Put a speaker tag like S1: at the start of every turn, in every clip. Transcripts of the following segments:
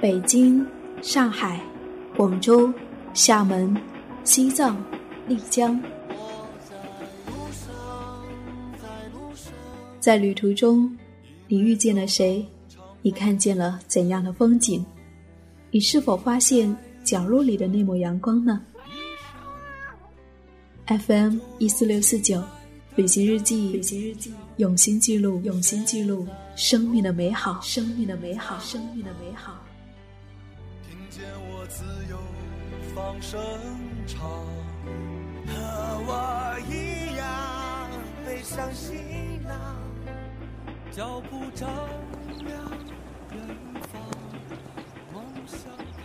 S1: 北京、上海、广州、厦门、西藏、丽江。在旅途中，你遇见了谁？你看见了怎样的风景？你是否发现角落里的那抹阳光呢？ FM 14649旅行日记，用心记录生命的美好。听
S2: 见我自由放声唱，和我一样背上行囊，脚步丈量远方，梦想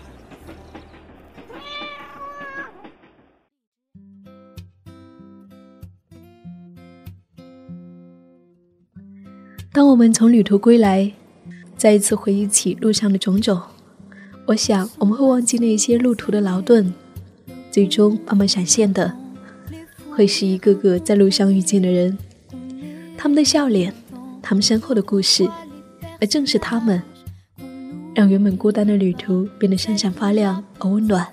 S1: 当我们从旅途归来，再一次回忆起路上的种种，我想我们会忘记那些路途的劳顿，最终慢慢闪现的会是一个个在路上遇见的人，他们的笑脸，他们身后的故事，而正是他们让原本孤单的旅途变得闪闪发亮而温暖。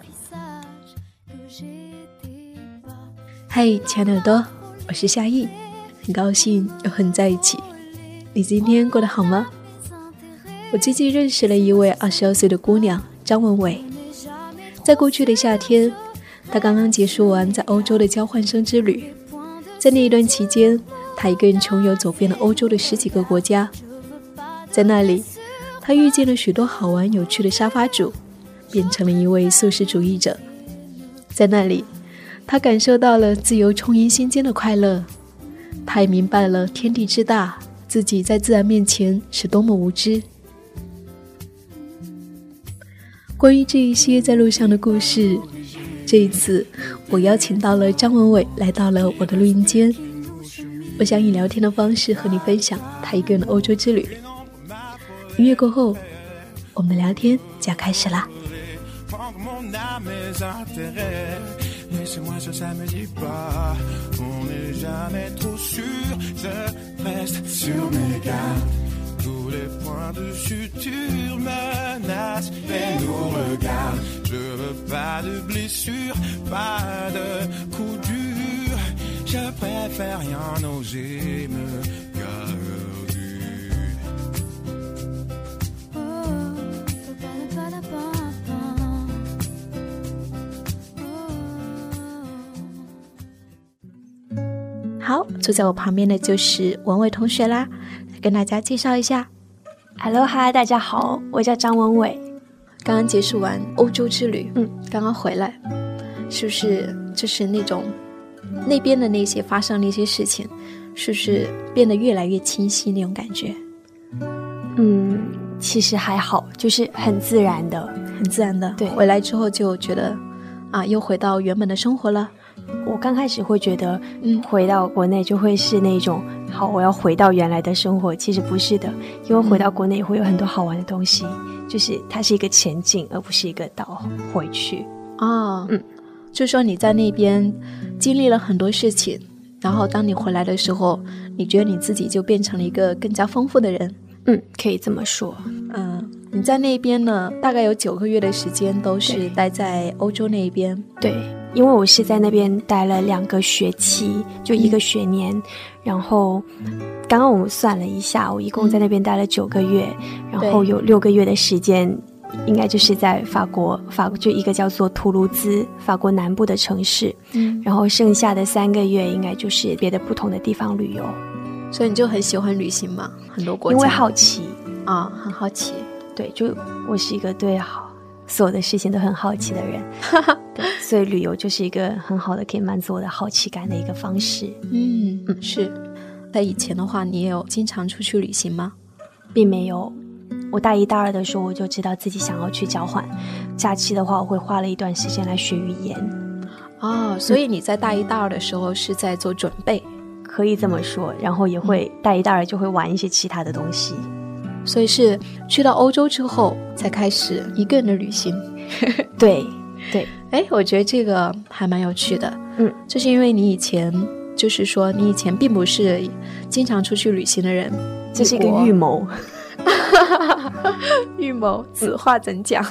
S1: 嘿，亲爱的耳朵，我是夏意，很高兴又和你在一起。你今天过得好吗？我最近认识了一位22岁的姑娘张文伟。在过去的夏天，她刚刚结束完在欧洲的交换生之旅，在那一段期间，她一个人穷游走遍了欧洲的10几个国家。在那里，她遇见了许多好玩有趣的沙发主，变成了一位素食主义者。在那里，她感受到了自由充盈心间的快乐，她也明白了天地之大，自己在自然面前是多么无知。关于这一些在路上的故事，这一次我邀请到了张文伟来到了我的录音间，我想以聊天的方式和你分享他一个人的欧洲之旅。音乐过后，我们的聊天就要开始啦。
S2: Laissez-moi sur ça me dit pas, on n'est jamais trop sûr, je reste sur mes gardes. Tous les points de suture menacent et nous regardent. Je veux pas de blessures, pas de coups durs. Je préfère rien oser me garder.
S1: 好，坐在我旁边的就是文伟同学啦，跟大家介绍一下。
S3: Hello， 大家好，我叫张文伟，
S1: 刚刚结束完欧洲之旅，刚刚回来，是不是就是那种那边的那些发生的那些事情，是不是变得越来越清晰那种感觉？
S3: 其实还好，就是很自然的。对，
S1: 回来之后就觉得又回到原本的生活了。
S3: 我刚开始会觉得回到国内就会是那种好，我要回到原来的生活，其实不是的，因为回到国内也会有很多好玩的东西，就是它是一个前进而不是一个倒回去。
S1: 就是说你在那边经历了很多事情，然后当你回来的时候，你觉得你自己就变成了一个更加丰富的人。
S3: 可以这么说。
S1: 你在那边呢，大概有9个月的时间都是待在欧洲那边。
S3: 对，因为我是在那边待了2个学期，就1个学年，然后刚刚我们算了一下，我一共在那边待了9个月，然后有6个月的时间应该就是在法国就一个叫做图卢兹，法国南部的城市，然后剩下的3个月应该就是别的不同的地方旅游。
S1: 所以你就很喜欢旅行嘛，很多国家。
S3: 因为好奇
S1: 很好奇。
S3: 对，就我是一个对所有的事情都很好奇的人对，所以旅游就是一个很好的可以满足我的好奇感的一个方式。
S1: 是。在以前的话，你也有经常出去旅行吗？
S3: 并没有，我大1大2的时候我就知道自己想要去交换，假期的话我会花了一段时间来学语言。
S1: 所以你在大1大2的时候是在做准备，
S3: 可以这么说，然后也会大1大2就会玩一些其他的东西。
S1: 所以是去到欧洲之后才开始一个人的旅行。
S3: 对，
S1: 我觉得这个还蛮有趣的。就是因为你以前并不是经常出去旅行的人，
S3: 这是一个预谋
S1: 预谋，此话怎讲？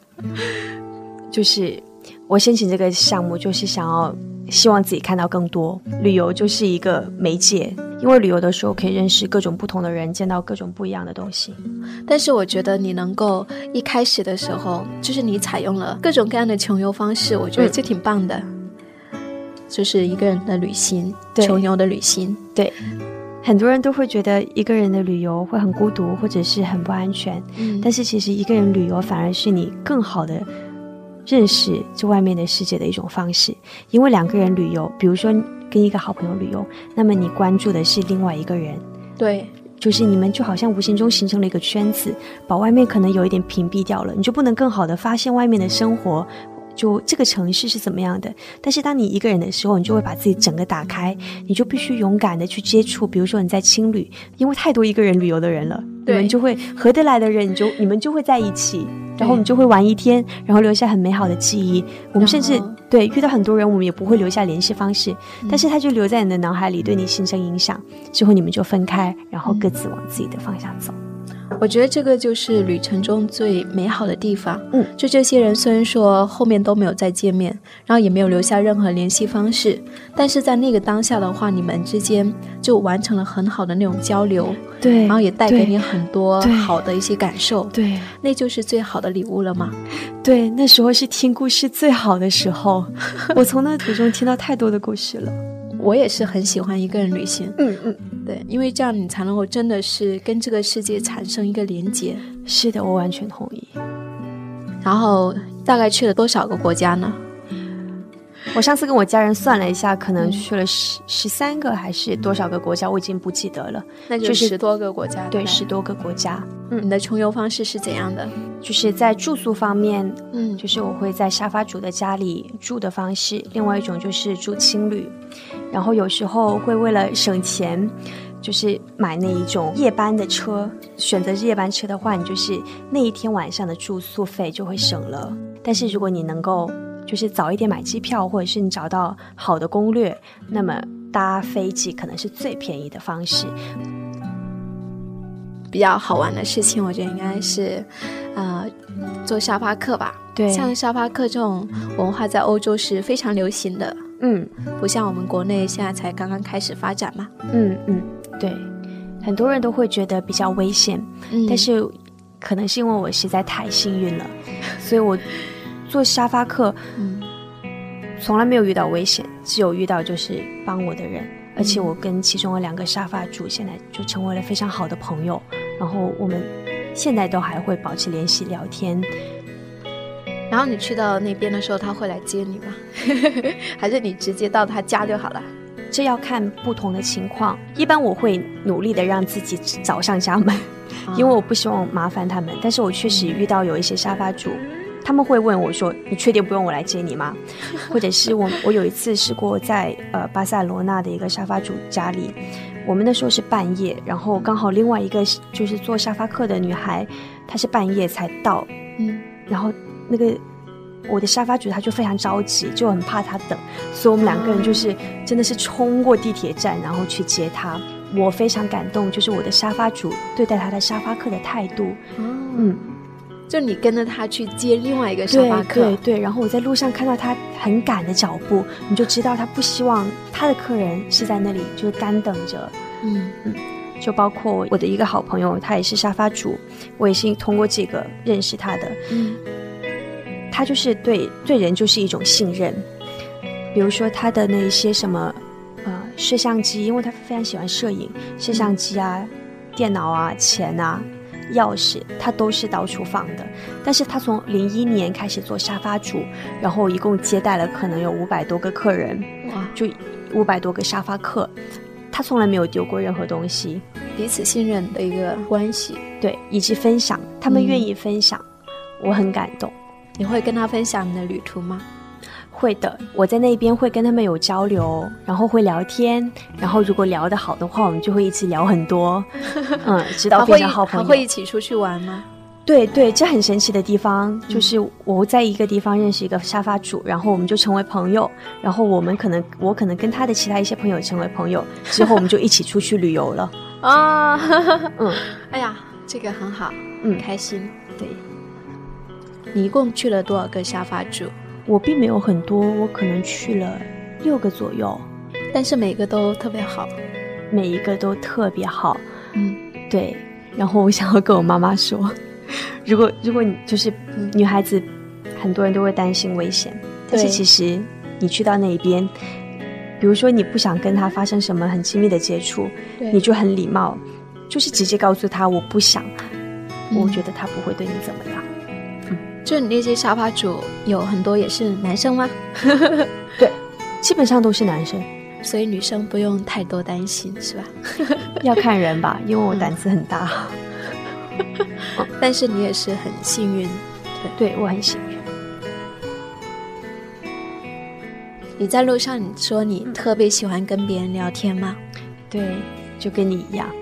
S3: 就是我申请这个项目，就是想要希望自己看到更多，旅游就是一个媒介，因为旅游的时候可以认识各种不同的人，见到各种不一样的东西。
S1: 但是我觉得你能够一开始的时候，就是你采用了各种各样的穷游方式，我觉得这挺棒的。就是一个人的旅行，穷游的旅行。
S3: 对，很多人都会觉得一个人的旅游会很孤独，或者是很不安全。但是其实一个人旅游反而是你更好的认识这外面的世界的一种方式。因为两个人旅游，比如说跟一个好朋友旅游，那么你关注的是另外一个人。
S1: 对，
S3: 就是你们就好像无形中形成了一个圈子，把外面可能有一点屏蔽掉了，你就不能更好的发现外面的生活，就这个城市是怎么样的。但是当你一个人的时候，你就会把自己整个打开，你就必须勇敢的去接触。比如说你在青旅，因为太多一个人旅游的人了，你们就会合得来的人，你们就会在一起，然后你就会玩一天，然后留下很美好的记忆。我们甚至对遇到很多人，我们也不会留下联系方式，但是他就留在你的脑海里，对你形成影响。之后你们就分开，然后各自往自己的方向走。
S1: 我觉得这个就是旅程中最美好的地方。就这些人虽然说后面都没有再见面，然后也没有留下任何联系方式，但是在那个当下的话，你们之间就完成了很好的那种交流。
S3: 对，
S1: 然后也带给你很多好的一些感受。
S3: 对，
S1: 那就是最好的礼物了吗？
S3: 对，那时候是听故事最好的时候。我从那途中听到太多的故事了。
S1: 我也是很喜欢一个人旅行。对，因为这样你才能够真的是跟这个世界产生一个连接。
S3: 是的，我完全同意。
S1: 然后大概去了多少个国家呢？
S3: 我上次跟我家人算了一下，可能去了13个还是多少个国家，我已经不记得了。
S1: 那就是10多个国家。
S3: 对，10多个国家。
S1: 你的穷游方式是怎样的？
S3: 就是在住宿方面，就是我会在沙发主的家里住的方式，另外一种就是住青旅，然后有时候会为了省钱，就是买那一种夜班的车。选择夜班车的话，你就是那一天晚上的住宿费就会省了。但是如果你能够就是早一点买机票，或者是你找到好的攻略，那么搭飞机可能是最便宜的方式。
S1: 比较好玩的事情我觉得应该是做沙发客吧。
S3: 对，
S1: 像沙发客这种文化在欧洲是非常流行的。不像我们国内现在才刚刚开始发展嘛。
S3: 对，很多人都会觉得比较危险，但是可能是因为我实在太幸运了，所以我做沙发客从来没有遇到危险，只有遇到就是帮我的人。而且我跟其中的2个沙发主现在就成为了非常好的朋友，然后我们现在都还会保持联系聊天。
S1: 然后你去到那边的时候他会来接你吗？还是你直接到他家就好了？
S3: 这要看不同的情况，一般我会努力的让自己早上家门，因为我不希望麻烦他们。但是我确实遇到有一些沙发主，他们会问我说，你确定不用我来接你吗？或者是我有一次试过在巴塞罗那的一个沙发主家里，我们那时候是半夜，然后刚好另外一个就是做沙发客的女孩，她是半夜才到，然后那个我的沙发主他就非常着急，就很怕他等，所以我们2个人就是真的是冲过地铁站然后去接他。我非常感动，就是我的沙发主对待他的沙发客的态度。
S1: 就你跟着他去接另外一个沙发客。
S3: 对，然后我在路上看到他很赶的脚步，你就知道他不希望他的客人是在那里就是干等着。就包括我的一个好朋友，他也是沙发主，我也是通过这个认识他的。他就是对人就是一种信任。比如说他的那一些什么摄像机，因为他非常喜欢摄影，摄像机啊、电脑啊、钱啊、钥匙他都是到处放的。但是他从01年开始做沙发主，然后一共接待了可能有500多个客人，就500多个沙发客，他从来没有丢过任何东西。
S1: 彼此信任的一个关系。
S3: 对，以及分享，他们愿意分享，我很感动。
S1: 你会跟他分享你的旅途吗？
S3: 会的，我在那边会跟他们有交流，然后会聊天，然后如果聊得好的话，我们就会一起聊很多，直到变成好朋友。
S1: 还会一起出去玩吗？
S3: 对，这很神奇的地方就是我在一个地方认识一个沙发主，然后我们就成为朋友，然后我可能跟他的其他一些朋友成为朋友，之后我们就一起出去旅游了。
S1: 哎呀， 这个很好，开心。
S3: 对，
S1: 你一共去了多少个沙发主？
S3: 我并没有很多，我可能去了6个左右，
S1: 但是每个都特别好，
S3: 每一个都特别好。对。然后我想要跟我妈妈说，如果你就是女孩子，很多人都会担心危险，但是其实你去到那一边，比如说你不想跟她发生什么很亲密的接触，你就很礼貌，就是直接告诉她我不想，我觉得她不会对你怎么样。
S1: 就你那些沙发主有很多也是男生吗？
S3: 对，基本上都是男生，
S1: 所以女生不用太多担心，是吧？
S3: 要看人吧，因为我胆子很大。
S1: 但是你也是很幸运。
S3: 对，我很幸运。
S1: 你在路上你说你特别喜欢跟别人聊天吗？
S3: 对，就跟你一样。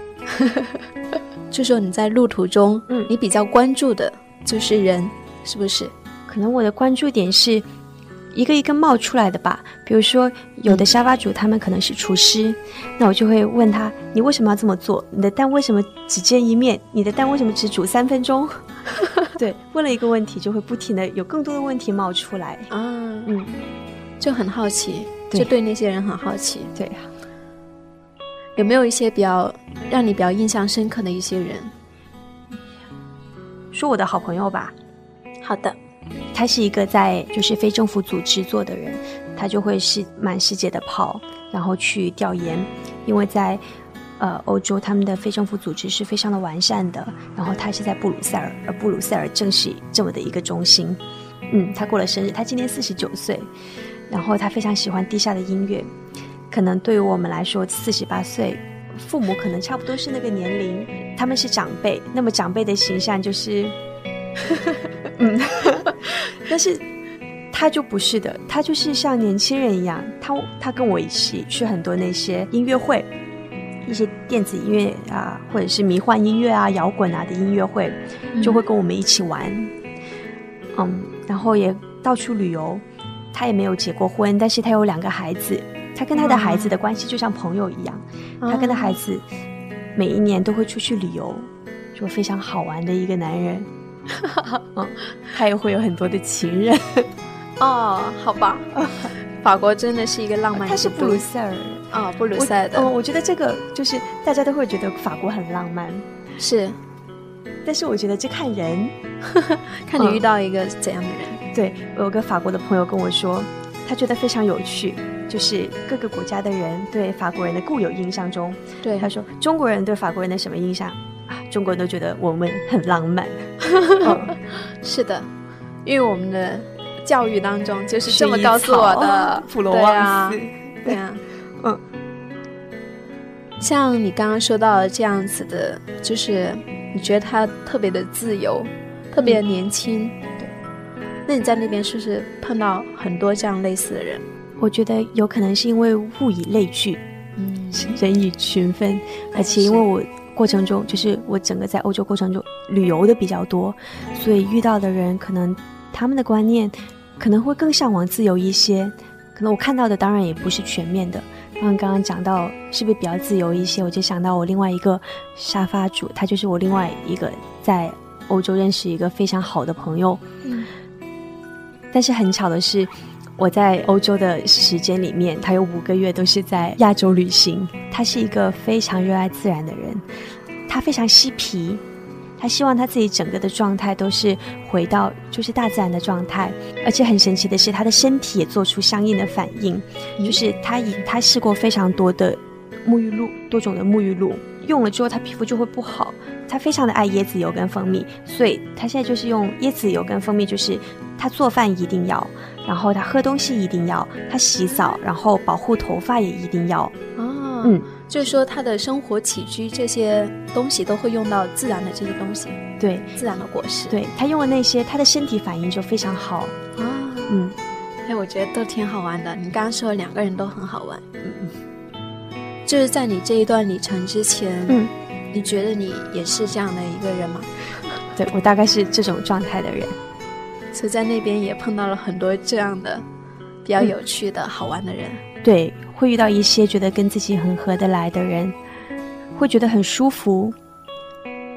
S1: 就说你在路途中，你比较关注的就是人，是不是？
S3: 可能我的关注点是一个一个冒出来的吧。比如说有的沙发主他们可能是厨师，那我就会问他，你为什么要这么做？你的蛋为什么只煎一面？你的蛋为什么只煮3分钟？对，问了一个问题就会不停的有更多的问题冒出来
S1: 就很好奇，就对那些人很好奇。
S3: 对啊。
S1: 有没有一些让你比较印象深刻的一些人？
S3: 说我的好朋友吧。
S1: 好的。
S3: 他是一个在就是非政府组织做的人，他就会满世界的跑，然后去调研，因为在欧洲他们的非政府组织是非常的完善的，然后他是在布鲁塞尔，而布鲁塞尔正是这么的一个中心。他过了生日，他今年49岁，然后他非常喜欢地下的音乐，可能对于我们来说48岁父母可能差不多是那个年龄，他们是长辈，那么长辈的形象就是但是他就不是的，他就是像年轻人一样，他跟我一起去很多那些音乐会，一些电子音乐啊，或者是迷幻音乐啊、摇滚啊的音乐会，就会跟我们一起玩。然后也到处旅游。他也没有结过婚，但是他有2个孩子，他跟他的孩子的关系就像朋友一样。他跟他孩子每一年都会出去旅游，就非常好玩的一个男人。他也会有很多的情人。
S1: 好吧。法国真的是一个浪漫之都。他
S3: 是布鲁塞尔。
S1: 布鲁塞尔的。
S3: 我觉得这个就是大家都会觉得法国很浪漫，
S1: 是，
S3: 但是我觉得这看人。
S1: 看你遇到一个怎样的人。
S3: 对，我有个法国的朋友跟我说，他觉得非常有趣，就是各个国家的人对法国人的固有印象中，对他说中国人对法国人的什么印象啊？中国人都觉得我们很浪漫。
S1: 是的，因为我们的教育当中就是这么告诉我的。
S3: 普罗旺斯。
S1: 对啊。像你刚刚说到的这样子的，就是你觉得他特别的自由，特别的年轻。那你在那边是不是碰到很多这样类似的人？
S3: 我觉得有可能是因为物以类聚，人以群分，而且因为我过程中就是我整个在欧洲过程中旅游的比较多，所以遇到的人可能他们的观念可能会更向往自由一些，可能我看到的当然也不是全面的。然后刚刚讲到是不是比较自由一些，我就想到我另外一个沙发主，他就是我另外一个在欧洲认识一个非常好的朋友。但是很巧的是，我在欧洲的时间里面，他有5个月都是在亚洲旅行。他是一个非常热爱自然的人，他非常嬉皮，他希望他自己整个的状态都是回到就是大自然的状态。而且很神奇的是，他的身体也做出相应的反应，就是他试过非常多的沐浴露，多种的沐浴露，用了之后他皮肤就会不好。他非常的爱椰子油跟蜂蜜，所以他现在就是用椰子油跟蜂蜜，就是他做饭一定要，然后他喝东西一定要，他洗澡，然后保护头发也一定要。
S1: 就是说他的生活起居这些东西都会用到自然的这些东西。
S3: 对，
S1: 自然的果实。
S3: 对，他用了那些，他的身体反应就非常好。
S1: 我觉得都挺好玩的。你刚刚说2个人都很好玩。就是在你这一段旅程之前，你觉得你也是这样的一个人吗？
S3: 对，我大概是这种状态的人。
S1: 所以在那边也碰到了很多这样的比较有趣的、好玩的人。
S3: 对，会遇到一些觉得跟自己很合得来的人，会觉得很舒服，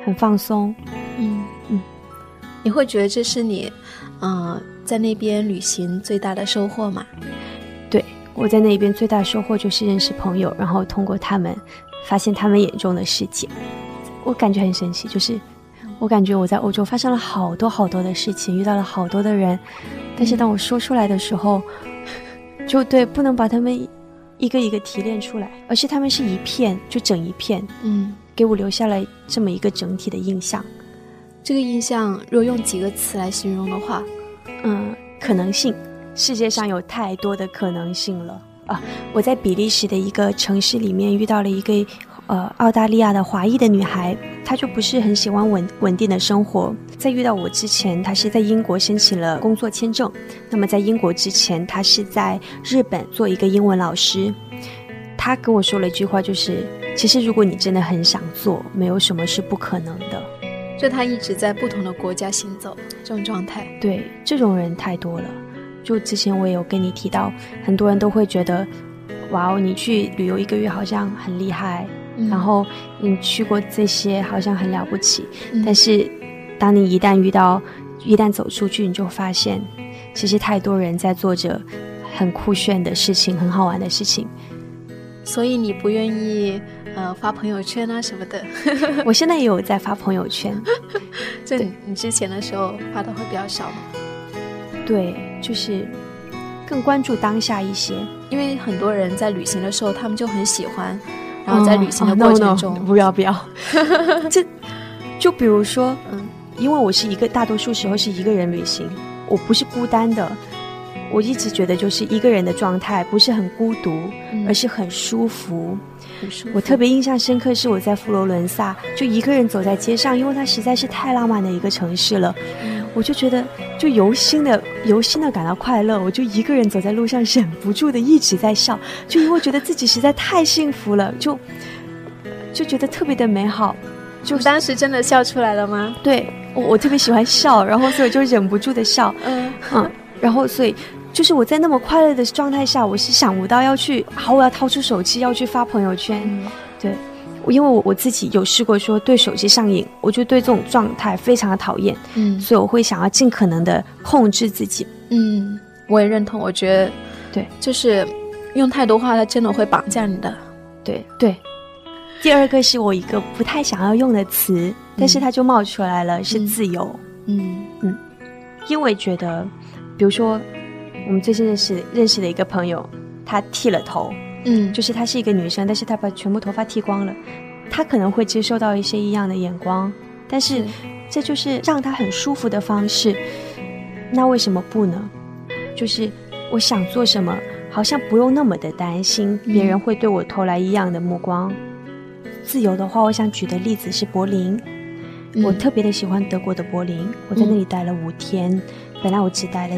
S3: 很放松。
S1: 你会觉得这是你在那边旅行最大的收获吗？
S3: 对，我在那边最大的收获就是认识朋友，然后通过他们发现他们眼中的世界。我感觉很神奇，就是我感觉我在欧洲发生了好多好多的事情，遇到了好多的人，但是当我说出来的时候，就对，不能把他们一个一个提炼出来，而是他们是一片，就整一片，给我留下了这么一个整体的印象。
S1: 这个印象若用几个词来形容的话，
S3: 可能性，世界上有太多的可能性了啊！我在比利时的一个城市里面遇到了一个澳大利亚的华裔的女孩，她就不是很喜欢稳定的生活。在遇到我之前，她是在英国申请了工作签证，那么在英国之前，她是在日本做一个英文老师。她跟我说了一句话，就是其实如果你真的很想做，没有什么是不可能的。
S1: 就他一直在不同的国家行走，这种状态。
S3: 对，这种人太多了。就之前我也有跟你提到，很多人都会觉得，哇哦，你去旅游1个月好像很厉害，然后你去过这些好像很了不起，但是当你一旦走出去，你就发现其实太多人在做着很酷炫的事情，很好玩的事情。
S1: 所以你不愿意发朋友圈啊什么的？
S3: 我现在也有在发朋友圈。
S1: 就你之前的时候发的会比较少吗？
S3: 对，就是更关注当下一些。
S1: 因为很多人在旅行的时候他们就很喜欢，然后在旅行的过程中
S3: 不要这就比如说因为我是大多数时候是一个人旅行，我不是孤单的，我一直觉得就是一个人的状态不是很孤独，而是很舒服。我特别印象深刻是我在佛罗伦萨就一个人走在街上，因为它实在是太浪漫的一个城市了，我就觉得就由心的感到快乐，我就一个人走在路上忍不住的一直在笑，就因为觉得自己实在太幸福了，就觉得特别的美好。
S1: 就当时真的笑出来了吗？
S3: 对，我特别喜欢笑，然后所以就忍不住的笑。然后所以就是我在那么快乐的状态下，我是想不到我要掏出手机要去发朋友圈。对，因为我自己有试过说对手机上瘾，我就对这种状态非常的讨厌。所以我会想要尽可能的控制自己。
S1: 我也认同，我觉得
S3: 对，
S1: 就是用太多话它真的会绑架你的。
S3: 对。第二个是我一个不太想要用的词，但是它就冒出来了，是自由。因为觉得比如说我们最近认识的一个朋友，她剃了头，就是她是一个女生，但是她把全部头发剃光了，她可能会接受到一些异样的眼光，但是这就是让她很舒服的方式。那为什么不呢？就是我想做什么，好像不用那么的担心别人会对我投来异样的目光。自由的话，我想举的例子是柏林。我特别的喜欢德国的柏林，我在那里待了5天。本来我只待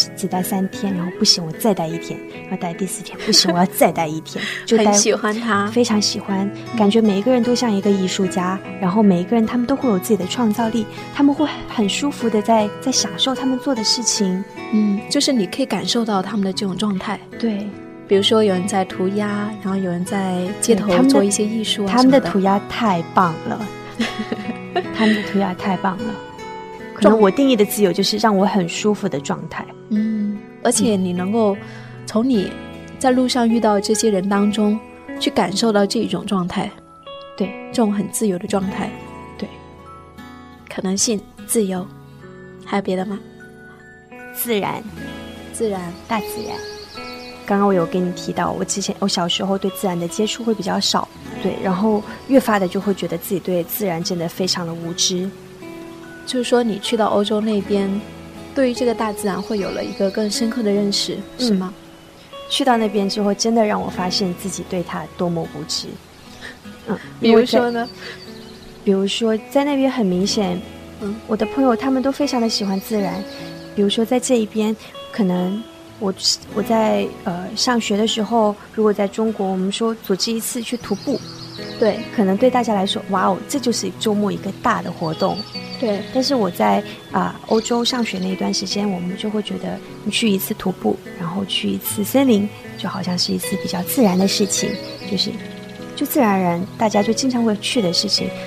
S3: 3天，然后不行我再待1天，然后待第4天不行我要再待1天，就
S1: 很喜欢它，
S3: 非常喜欢，感觉每一个人都像一个艺术家，然后每一个人他们都会有自己的创造力，他们会很舒服的在享受他们做的事情。
S1: 就是你可以感受到他们的这种状态。
S3: 对，
S1: 比如说有人在涂鸦，然后有人在街头做一些艺术啊，
S3: 他们的涂鸦太棒了他们的涂鸦太棒了。可能我定义的自由就是让我很舒服的状态。
S1: 而且你能够从你在路上遇到这些人当中去感受到这种状态。对，这种很自由的状态。
S3: 对，
S1: 可能性，自由，还有别的吗？
S3: 自然，大自然。刚刚我有跟你提到，我小时候对自然的接触会比较少，对，然后越发的就会觉得自己对自然真的非常的无知。
S1: 就是说你去到欧洲那边，对于这个大自然会有了一个更深刻的认识，是吗？
S3: 去到那边之后，真的让我发现自己对它多么无知。
S1: 比如说呢？
S3: 比如说在那边很明显，我的朋友他们都非常的喜欢自然。比如说在这一边，可能我在上学的时候，如果在中国我们说组织一次去徒步，对，可能对大家来说，哇哦，这就是周末一个大的活动。对，但是我在欧洲上学那一段时间，我们就会觉得你去一次徒步，然后去一次森林，就好像是一次比较自然的事情，就自然而然大家就经常会去的事情。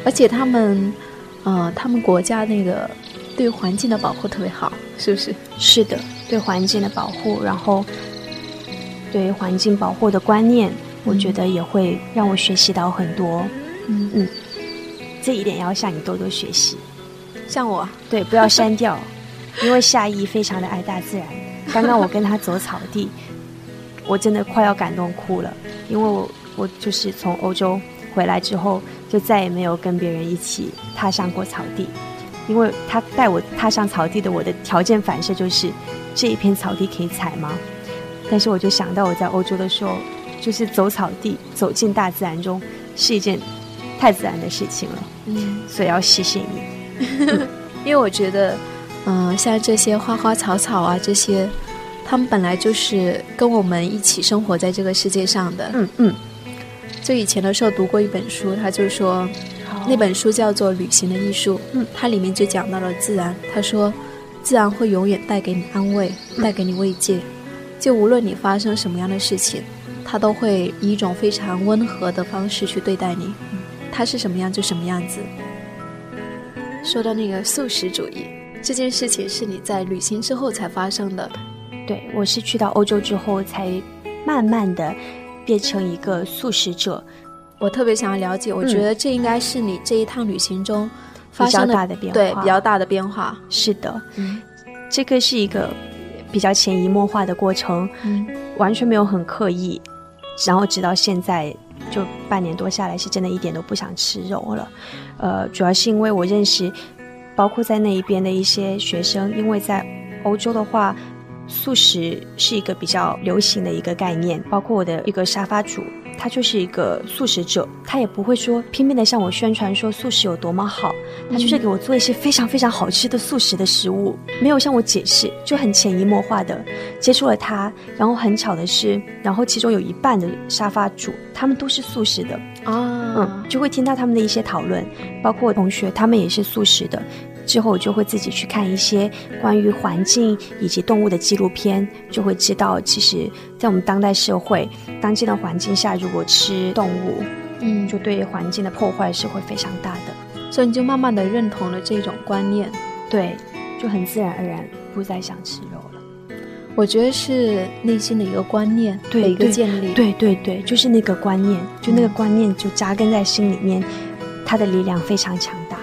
S1: 而且他们国家那个对环境的保护特别好，是不是？
S3: 是的，对环境的保护，然后对环境保护的观念，我觉得也会让我学习到很多。这一点要向你多多学习。
S1: 像我，
S3: 对，不要删掉，因为夏意非常的爱大自然。刚刚我跟他走草地，我真的快要感动哭了，因为我就是从欧洲回来之后，就再也没有跟别人一起踏上过草地。因为他带我踏上草地的，我的条件反射就是这一片草地可以踩吗？但是我就想到我在欧洲的时候，就是走草地，走进大自然中是一件太自然的事情了。所以要谢谢你。
S1: 因为我觉得像这些花花草草啊，这些他们本来就是跟我们一起生活在这个世界上的。就以前的时候读过一本书，他就说那本书叫做《旅行的艺术》，它里面就讲到了自然。他说自然会永远带给你安慰，带给你慰藉，就无论你发生什么样的事情，它都会以一种非常温和的方式去对待你，它是什么样就什么样子。说到那个素食主义这件事情，是你在旅行之后才发生的？
S3: 对，我是去到欧洲之后才慢慢的变成一个素食者。
S1: 我特别想要了解，我觉得这应该是你这一趟旅行中发生
S3: 比较大的变化。
S1: 对，比较大的变化。
S3: 是的，这个是一个比较潜移默化的过程，完全没有很刻意，然后直到现在就半年多下来，是真的一点都不想吃肉了。主要是因为我认识包括在那一边的一些学生，因为在欧洲的话素食是一个比较流行的一个概念，包括我的一个沙发主，他就是一个素食者，他也不会说拼命的向我宣传说素食有多么好，他就是给我做一些非常非常好吃的素食的食物，没有向我解释，就很潜移默化的接触了他。然后很巧的是，然后其中有一半的沙发主他们都是素食的就会听到他们的一些讨论，包括我同学他们也是素食的。之后我就会自己去看一些关于环境以及动物的纪录片，就会知道其实在我们当代社会当今的环境下，如果吃动物就对环境的破坏是会非常大的。
S1: 所以你就慢慢的认同了这种观念。
S3: 对，就很自然而然不再想吃肉了。
S1: 我觉得是内心的一个观念的一个建立。
S3: 对对对，就是那个观念，就那个观念就扎根在心里面，它的力量非常强大。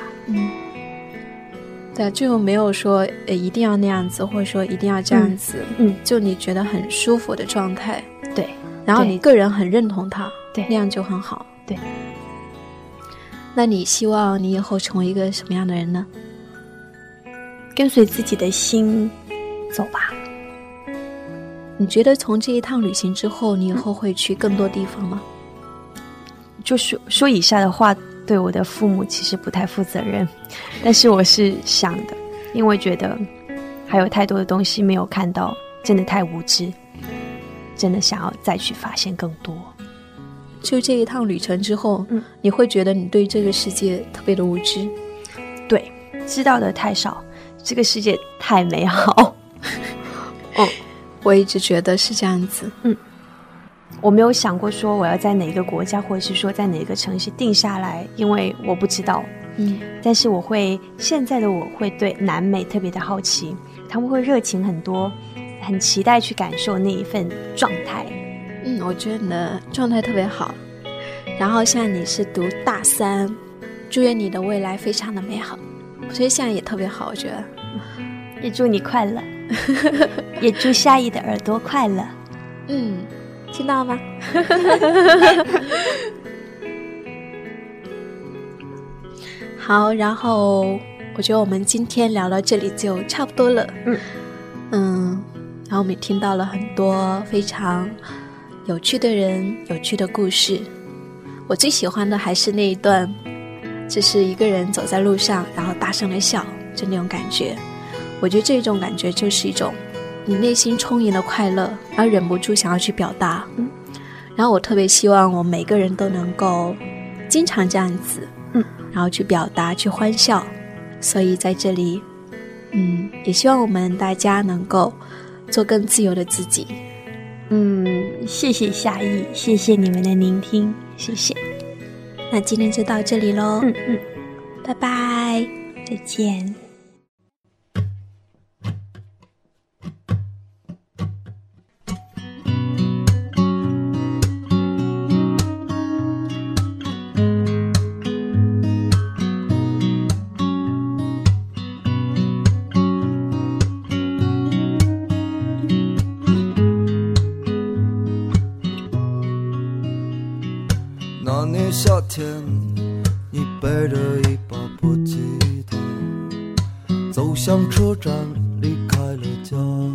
S1: 对，就没有说一定要那样子，或者说一定要这样子，就你觉得很舒服的状态。
S3: 对，
S1: 然后你个人很认同它，
S3: 对，
S1: 那样就很好。
S3: 对，
S1: 那你希望你以后成为一个什么样的人呢？
S3: 跟随自己的心走吧。
S1: 你觉得从这一趟旅行之后，你以后会去更多地方吗？
S3: 就说以下的话对我的父母其实不太负责任，但是我是想的，因为觉得还有太多的东西没有看到，真的太无知，真的想要再去发现更多。
S1: 就这一趟旅程之后，你会觉得你对这个世界特别的无知？
S3: 对，知道的太少，这个世界太美好。
S1: 我一直觉得是这样子。
S3: 我没有想过说我要在哪个国家，或者是说在哪个城市定下来，因为我不知道。但是现在的我会对南美特别的好奇，他们会热情很多，很期待去感受那一份状态。
S1: 我觉得你的状态特别好。然后现在你是读大3，祝愿你的未来非常的美好。所以现在也特别好，我觉得。
S3: 也祝你快乐，也祝夏意的耳朵快乐。
S1: 听到吗？好，然后我觉得我们今天聊到这里就差不多了。然后我们也听到了很多非常有趣的人，有趣的故事。我最喜欢的还是那一段，就是一个人走在路上，然后大声的笑，就那种感觉。我觉得这种感觉就是一种你内心充盈的快乐，然后忍不住想要去表达。然后我特别希望我每个人都能够经常这样子，然后去表达，去欢笑。所以在这里，也希望我们大家能够做更自由的自己。
S3: 谢谢夏意，谢谢你们的聆听，谢谢。
S1: 那今天就到这里咯。拜拜，
S3: 再见。
S4: 那年夏天，你背着一把破吉他，走向车站，离开了家。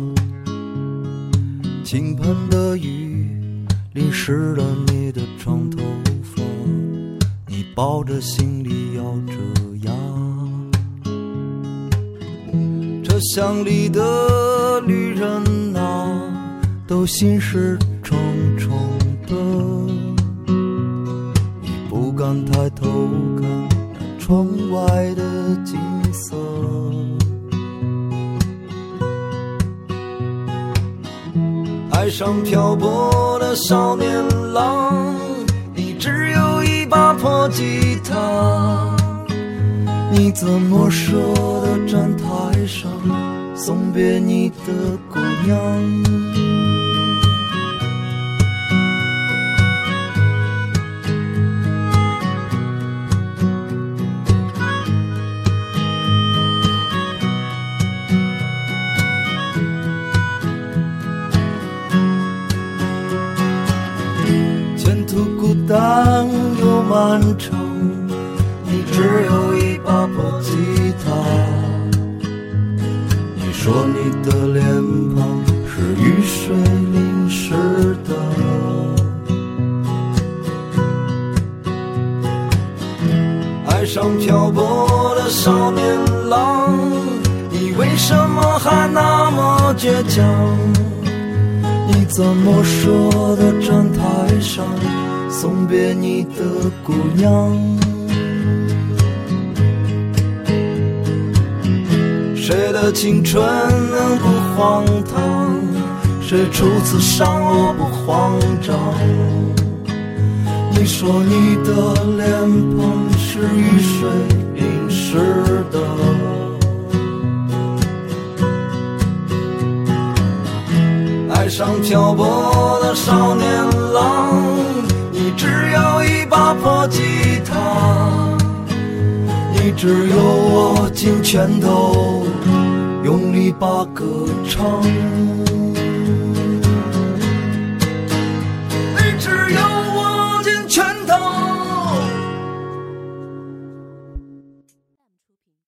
S4: 倾盆的雨淋湿了你的长头发，你抱着行李咬着牙。车厢里的旅人啊，都心事重重的，不敢抬头看窗外的景色。海上漂泊的少年郎，你只有一把破吉他，你怎么舍得站台上送别你的姑娘？但又漫长，你只有一把破吉他。你说你的脸庞是雨水淋湿的，海上漂泊的少年郎，你为什么还那么倔强？你怎么舍得站台上送别你的姑娘？谁的青春不荒唐？谁初次伤我不慌张？你说你的脸庞是雨水淋湿的，海上漂泊的少年郎，你只有一把破吉他，你只有握紧拳头，用力把歌唱。